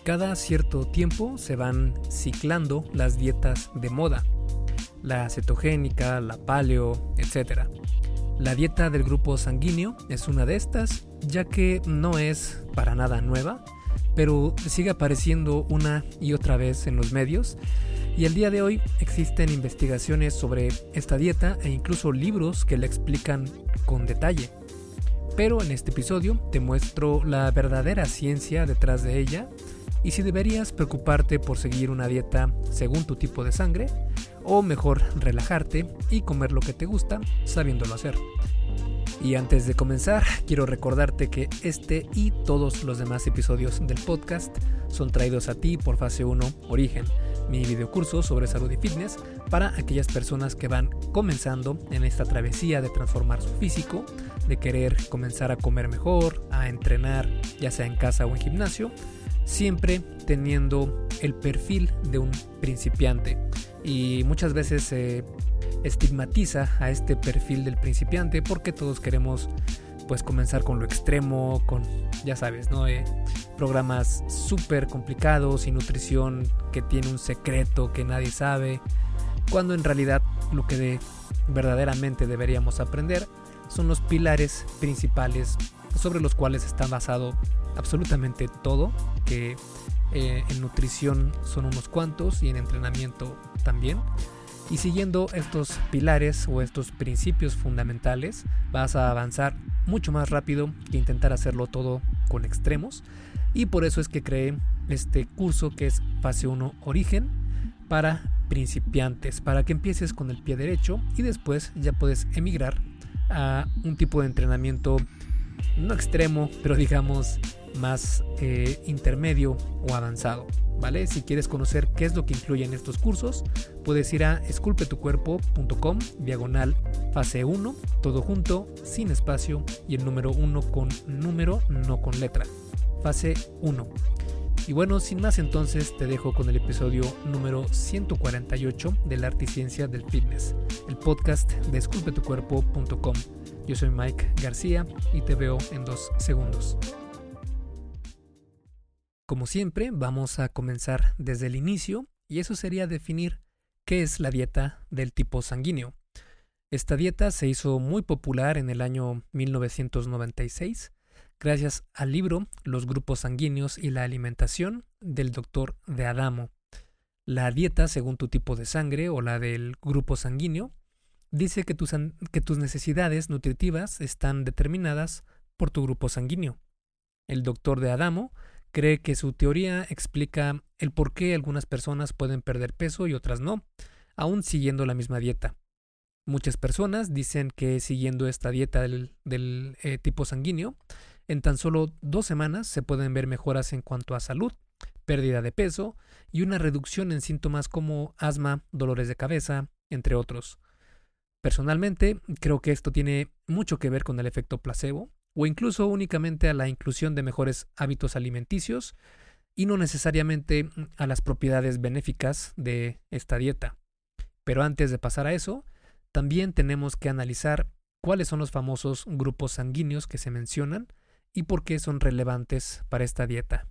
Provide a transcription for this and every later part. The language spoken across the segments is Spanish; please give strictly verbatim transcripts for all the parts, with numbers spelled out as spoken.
Cada cierto tiempo se van ciclando las dietas de moda, la cetogénica, la paleo, etcétera. La dieta del grupo sanguíneo es una de estas, ya que no es para nada nueva, pero sigue apareciendo una y otra vez en los medios, y al día de hoy existen investigaciones sobre esta dieta e incluso libros que la explican con detalle. Pero en este episodio te muestro la verdadera ciencia detrás de ella y si deberías preocuparte por seguir una dieta según tu tipo de sangre o mejor relajarte y comer lo que te gusta sabiéndolo hacer. Y antes de comenzar, quiero recordarte que este y todos los demás episodios del podcast son traídos a ti por Fase uno Origen, mi videocurso sobre salud y fitness para aquellas personas que van comenzando en esta travesía de transformar su físico, de querer comenzar a comer mejor, a entrenar, ya sea en casa o en gimnasio, siempre teniendo el perfil de un principiante. Y muchas veces se estigmatiza a este perfil del principiante porque todos queremos pues comenzar con lo extremo, con, ya sabes, ¿no? Eh, programas súper complicados y nutrición que tiene un secreto que nadie sabe, cuando en realidad lo que de, verdaderamente deberíamos aprender son los pilares principales sobre los cuales está basado absolutamente todo, que eh, en nutrición son unos cuantos y en entrenamiento también. Y siguiendo estos pilares o estos principios fundamentales vas a avanzar mucho más rápido que intentar hacerlo todo con extremos. Y por eso es que creé este curso que es Fase uno Origen para principiantes, para que empieces con el pie derecho y después ya puedes emigrar a un tipo de entrenamiento no extremo, pero digamos más eh, intermedio o avanzado, ¿vale? Si quieres conocer qué es lo que incluyen estos cursos, puedes ir a esculpetucuerpo.com diagonal fase uno, todo junto, sin espacio y el número uno con número, no con letra. Fase uno. Y bueno, sin más entonces te dejo con el episodio número ciento cuarenta y ocho de la arte y ciencia del fitness, el podcast de esculpetucuerpo punto com. Yo soy Mike García y te veo en dos segundos. Como siempre, vamos a comenzar desde el inicio y eso sería definir qué es la dieta del tipo sanguíneo. Esta dieta se hizo muy popular en el año mil novecientos noventa y seis gracias al libro Los grupos sanguíneos y la alimentación del doctor de Adamo. La dieta según tu tipo de sangre o la del grupo sanguíneo dice que tus, que tus necesidades nutritivas están determinadas por tu grupo sanguíneo. El doctor de Adamo cree que su teoría explica el por qué algunas personas pueden perder peso y otras no, aún siguiendo la misma dieta. Muchas personas dicen que siguiendo esta dieta del, del eh, tipo sanguíneo, en tan solo dos semanas se pueden ver mejoras en cuanto a salud, pérdida de peso y una reducción en síntomas como asma, dolores de cabeza, entre otros. Personalmente, creo que esto tiene mucho que ver con el efecto placebo o incluso únicamente a la inclusión de mejores hábitos alimenticios y no necesariamente a las propiedades benéficas de esta dieta. Pero antes de pasar a eso, también tenemos que analizar cuáles son los famosos grupos sanguíneos que se mencionan y por qué son relevantes para esta dieta.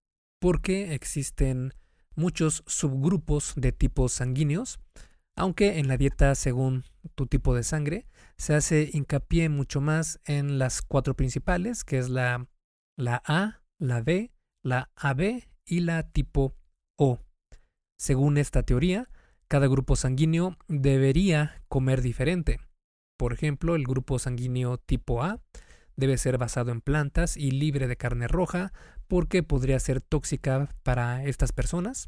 Porque existen muchos subgrupos de tipos sanguíneos, aunque en la dieta según tu tipo de sangre se hace hincapié mucho más en las cuatro principales, que es la, la A, la B, la A B y la tipo O. Según esta teoría, cada grupo sanguíneo debería comer diferente. Por ejemplo, el grupo sanguíneo tipo A debe ser basado en plantas y libre de carne roja porque podría ser tóxica para estas personas.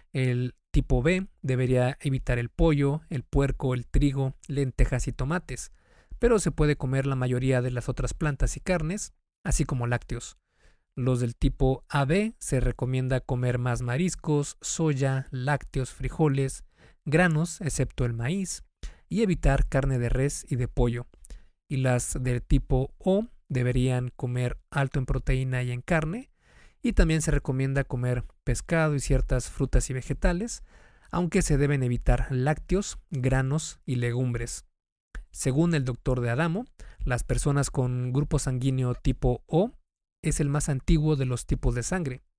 El tipo B debería evitar el pollo, el puerco, el trigo, lentejas y tomates, pero se puede comer la mayoría de las otras plantas y carnes, así como lácteos. Los del tipo A B se recomienda comer más mariscos, soya, lácteos, frijoles, granos, excepto el maíz, y evitar carne de res y de pollo. Y las del tipo O deberían comer alto en proteína y en carne, y también se recomienda comer pescado y ciertas frutas y vegetales, aunque se deben evitar lácteos, granos y legumbres. Según el doctor de Adamo, las personas con grupo sanguíneo tipo O es el más antiguo de los tipos de sangre,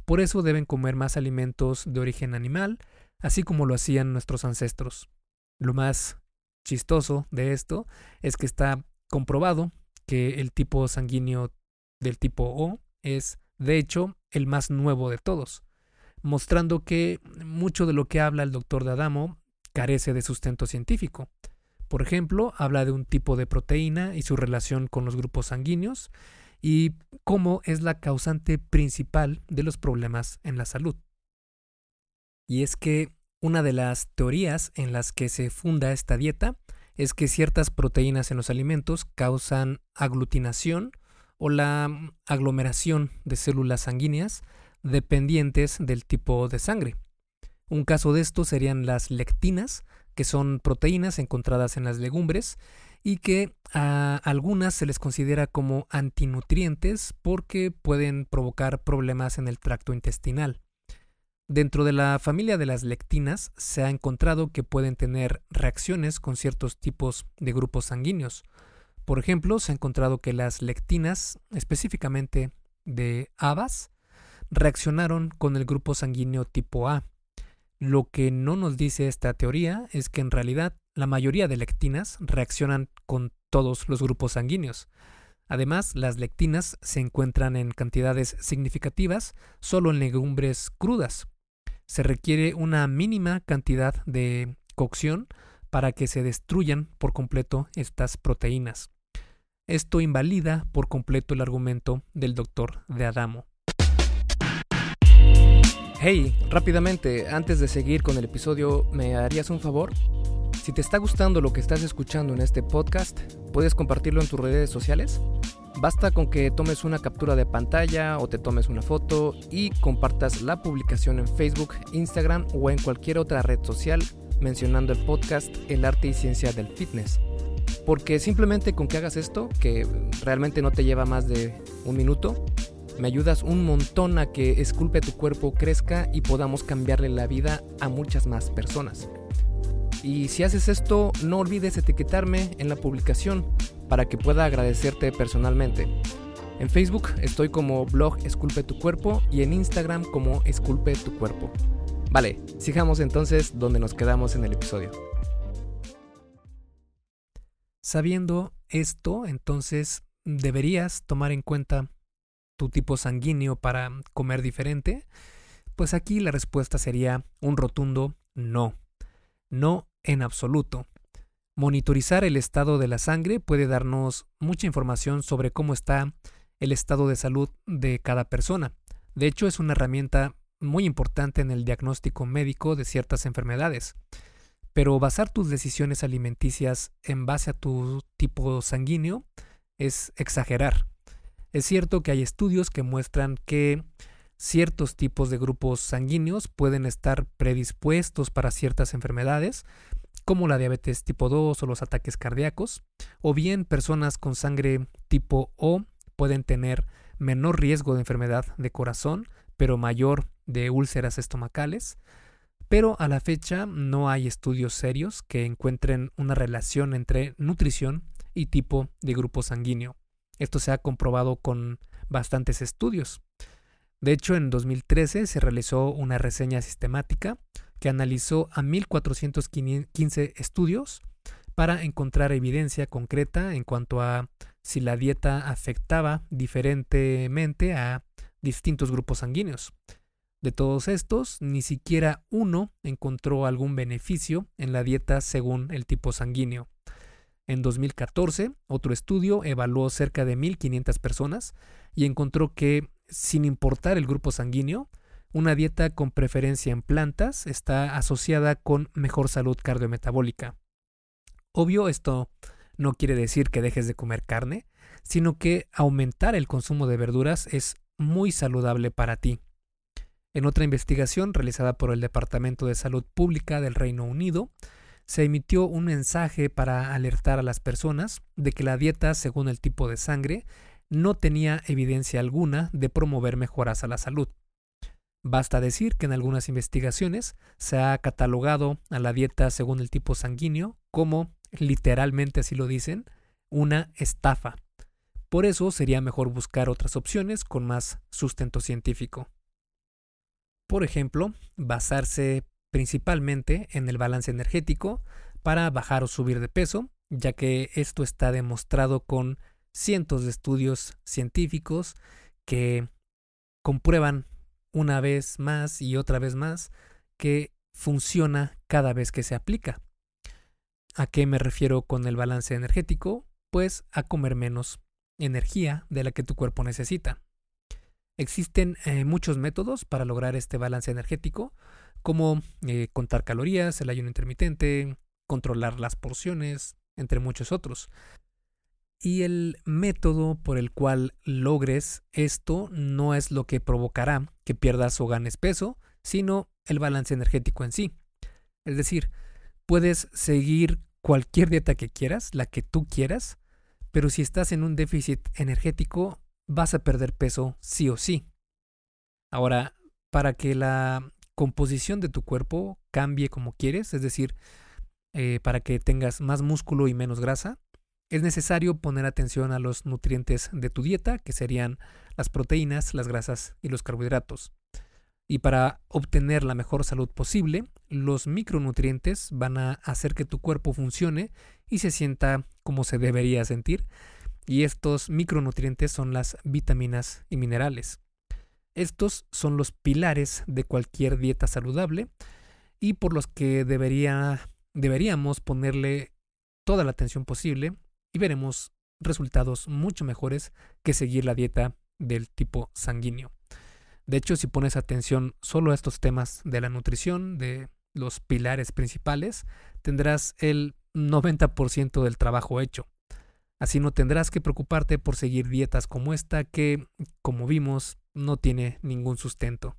Por eso deben comer más alimentos de origen animal, así como lo hacían nuestros ancestros. Lo más chistoso de esto es que está comprobado que el tipo sanguíneo del tipo O es, de hecho, el más nuevo de todos, mostrando que mucho de lo que habla el doctor de Adamo carece de sustento científico. Por ejemplo, habla de un tipo de proteína y su relación con los grupos sanguíneos y cómo es la causante principal de los problemas en la salud. Y es que una de las teorías en las que se funda esta dieta es que ciertas proteínas en los alimentos causan aglutinación o la aglomeración de células sanguíneas dependientes del tipo de sangre. Un caso de esto serían las lectinas, que son proteínas encontradas en las legumbres y que a algunas se les considera como antinutrientes porque pueden provocar problemas en el tracto intestinal. Dentro de la familia de las lectinas se ha encontrado que pueden tener reacciones con ciertos tipos de grupos sanguíneos. Por ejemplo, se ha encontrado que las lectinas, específicamente de habas, reaccionaron con el grupo sanguíneo tipo A. Lo que no nos dice esta teoría es que en realidad la mayoría de lectinas reaccionan con todos los grupos sanguíneos. Además, las lectinas se encuentran en cantidades significativas solo en legumbres crudas. Se requiere una mínima cantidad de cocción para que se destruyan por completo estas proteínas. Esto invalida por completo el argumento del doctor de Adamo. Hey, rápidamente, antes de seguir con el episodio, ¿me harías un favor? Si te está gustando lo que estás escuchando en este podcast, ¿puedes compartirlo en tus redes sociales? Basta con que tomes una captura de pantalla o te tomes una foto y compartas la publicación en Facebook, Instagram o en cualquier otra red social mencionando el podcast El Arte y Ciencia del Fitness. Porque simplemente con que hagas esto, que realmente no te lleva más de un minuto, me ayudas un montón a que Esculpe tu Cuerpo crezca y podamos cambiarle la vida a muchas más personas. Y si haces esto, no olvides etiquetarme en la publicación para que pueda agradecerte personalmente. En Facebook estoy como blog Esculpe tu Cuerpo y en Instagram como Esculpe tu Cuerpo. Vale, sigamos entonces donde nos quedamos en el episodio. Sabiendo esto, entonces deberías tomar en cuenta tu tipo sanguíneo para comer diferente. Pues aquí la respuesta sería un rotundo no. No en absoluto. Monitorizar el estado de la sangre puede darnos mucha información sobre cómo está el estado de salud de cada persona. De hecho, es una herramienta muy importante en el diagnóstico médico de ciertas enfermedades. Pero basar tus decisiones alimenticias en base a tu tipo sanguíneo es exagerar. Es cierto que hay estudios que muestran que ciertos tipos de grupos sanguíneos pueden estar predispuestos para ciertas enfermedades, como la diabetes tipo dos o los ataques cardíacos, o bien personas con sangre tipo O pueden tener menor riesgo de enfermedad de corazón, pero mayor de úlceras estomacales. Pero a la fecha no hay estudios serios que encuentren una relación entre nutrición y tipo de grupo sanguíneo. Esto se ha comprobado con bastantes estudios. De hecho, en dos mil trece se realizó una reseña sistemática que analizó a mil cuatrocientos quince estudios para encontrar evidencia concreta en cuanto a si la dieta afectaba diferentemente a distintos grupos sanguíneos. De todos estos, ni siquiera uno encontró algún beneficio en la dieta según el tipo sanguíneo. En dos mil catorce, otro estudio evaluó cerca de mil quinientas personas y encontró que, sin importar el grupo sanguíneo, una dieta con preferencia en plantas está asociada con mejor salud cardiometabólica. Obvio, esto no quiere decir que dejes de comer carne, sino que aumentar el consumo de verduras es muy saludable para ti. En otra investigación realizada por el Departamento de Salud Pública del Reino Unido, se emitió un mensaje para alertar a las personas de que la dieta según el tipo de sangre no tenía evidencia alguna de promover mejoras a la salud. Basta decir que en algunas investigaciones se ha catalogado a la dieta según el tipo sanguíneo como, literalmente así lo dicen, una estafa. Por eso sería mejor buscar otras opciones con más sustento científico. Por ejemplo, basarse principalmente en el balance energético para bajar o subir de peso, ya que esto está demostrado con cientos de estudios científicos que comprueban una vez más y otra vez más que funciona cada vez que se aplica. ¿A qué me refiero con el balance energético? Pues a comer menos energía de la que tu cuerpo necesita. Existen eh, muchos métodos para lograr este balance energético, como eh, contar calorías, el ayuno intermitente, controlar las porciones, entre muchos otros. Y el método por el cual logres esto no es lo que provocará que pierdas o ganes peso, sino el balance energético en sí. Es decir, puedes seguir cualquier dieta que quieras, la que tú quieras, pero si estás en un déficit energético, vas a perder peso sí o sí. Ahora, para que la composición de tu cuerpo cambie como quieres, es decir, eh, para que tengas más músculo y menos grasa, es necesario poner atención a los nutrientes de tu dieta, que serían las proteínas, las grasas y los carbohidratos. Y para obtener la mejor salud posible, los micronutrientes van a hacer que tu cuerpo funcione y se sienta como se debería sentir. Y estos micronutrientes son las vitaminas y minerales. Estos son los pilares de cualquier dieta saludable y por los que debería, deberíamos ponerle toda la atención posible y veremos resultados mucho mejores que seguir la dieta del tipo sanguíneo. De hecho, si pones atención solo a estos temas de la nutrición, de los pilares principales, tendrás el noventa por ciento del trabajo hecho. Así no tendrás que preocuparte por seguir dietas como esta que, como vimos, no tiene ningún sustento.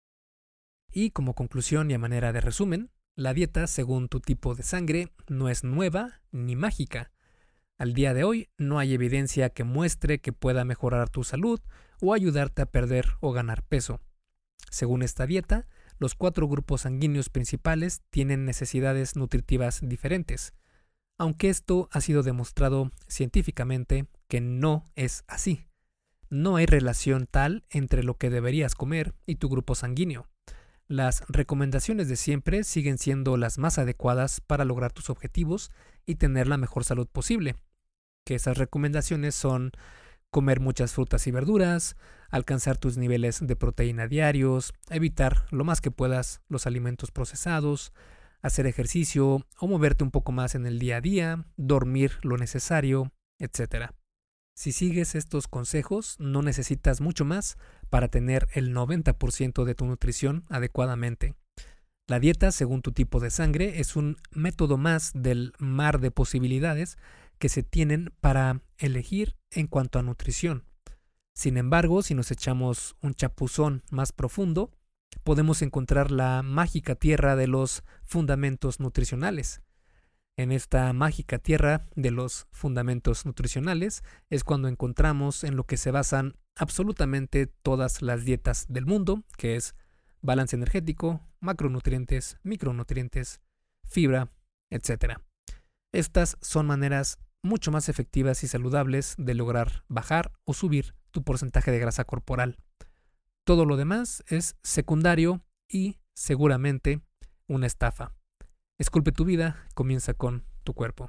Y como conclusión y a manera de resumen, la dieta según tu tipo de sangre no es nueva ni mágica. Al día de hoy no hay evidencia que muestre que pueda mejorar tu salud o ayudarte a perder o ganar peso. Según esta dieta, los cuatro grupos sanguíneos principales tienen necesidades nutritivas diferentes, aunque esto ha sido demostrado científicamente que no es así. No hay relación tal entre lo que deberías comer y tu grupo sanguíneo. Las recomendaciones de siempre siguen siendo las más adecuadas para lograr tus objetivos y tener la mejor salud posible. Que esas recomendaciones son comer muchas frutas y verduras, alcanzar tus niveles de proteína diarios, evitar lo más que puedas los alimentos procesados, hacer ejercicio o moverte un poco más en el día a día, dormir lo necesario, etcétera. Si sigues estos consejos, no necesitas mucho más para tener el noventa por ciento de tu nutrición adecuadamente. La dieta, según tu tipo de sangre, es un método más del mar de posibilidades que se tienen para elegir en cuanto a nutrición. Sin embargo, si nos echamos un chapuzón más profundo, podemos encontrar la mágica tierra de los fundamentos nutricionales. En esta mágica tierra de los fundamentos nutricionales es cuando encontramos en lo que se basan absolutamente todas las dietas del mundo, que es balance energético, macronutrientes, micronutrientes, fibra, etcétera. Estas son maneras mucho más efectivas y saludables de lograr bajar o subir tu porcentaje de grasa corporal. Todo lo demás es secundario y seguramente una estafa. Esculpe tu vida, comienza con tu cuerpo.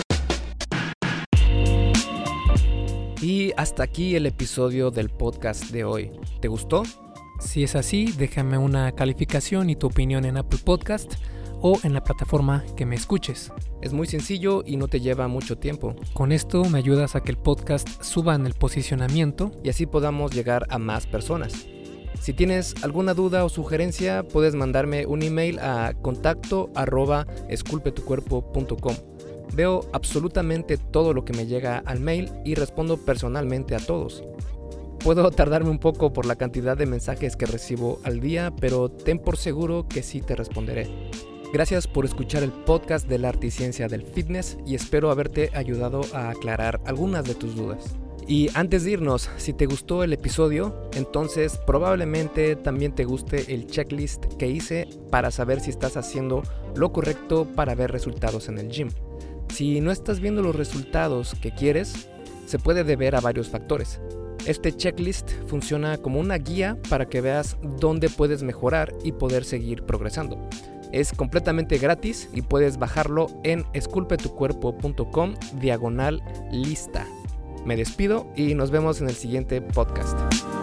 Y hasta aquí el episodio del podcast de hoy. ¿Te gustó? Si es así, déjame una calificación y tu opinión en Apple Podcast o en la plataforma que me escuches. Es muy sencillo y no te lleva mucho tiempo. Con esto me ayudas a que el podcast suba en el posicionamiento y así podamos llegar a más personas. Si tienes alguna duda o sugerencia, puedes mandarme un email a contacto arroba esculpetucuerpo punto com. Veo absolutamente todo lo que me llega al mail y respondo personalmente a todos. Puedo tardarme un poco por la cantidad de mensajes que recibo al día, pero ten por seguro que sí te responderé. Gracias por escuchar el podcast del arte y ciencia del fitness y espero haberte ayudado a aclarar algunas de tus dudas. Y antes de irnos, si te gustó el episodio, entonces probablemente también te guste el checklist que hice para saber si estás haciendo lo correcto para ver resultados en el gym. Si no estás viendo los resultados que quieres, se puede deber a varios factores. Este checklist funciona como una guía para que veas dónde puedes mejorar y poder seguir progresando. Es completamente gratis y puedes bajarlo en esculpetucuerpo.com diagonal lista. Me despido y nos vemos en el siguiente podcast.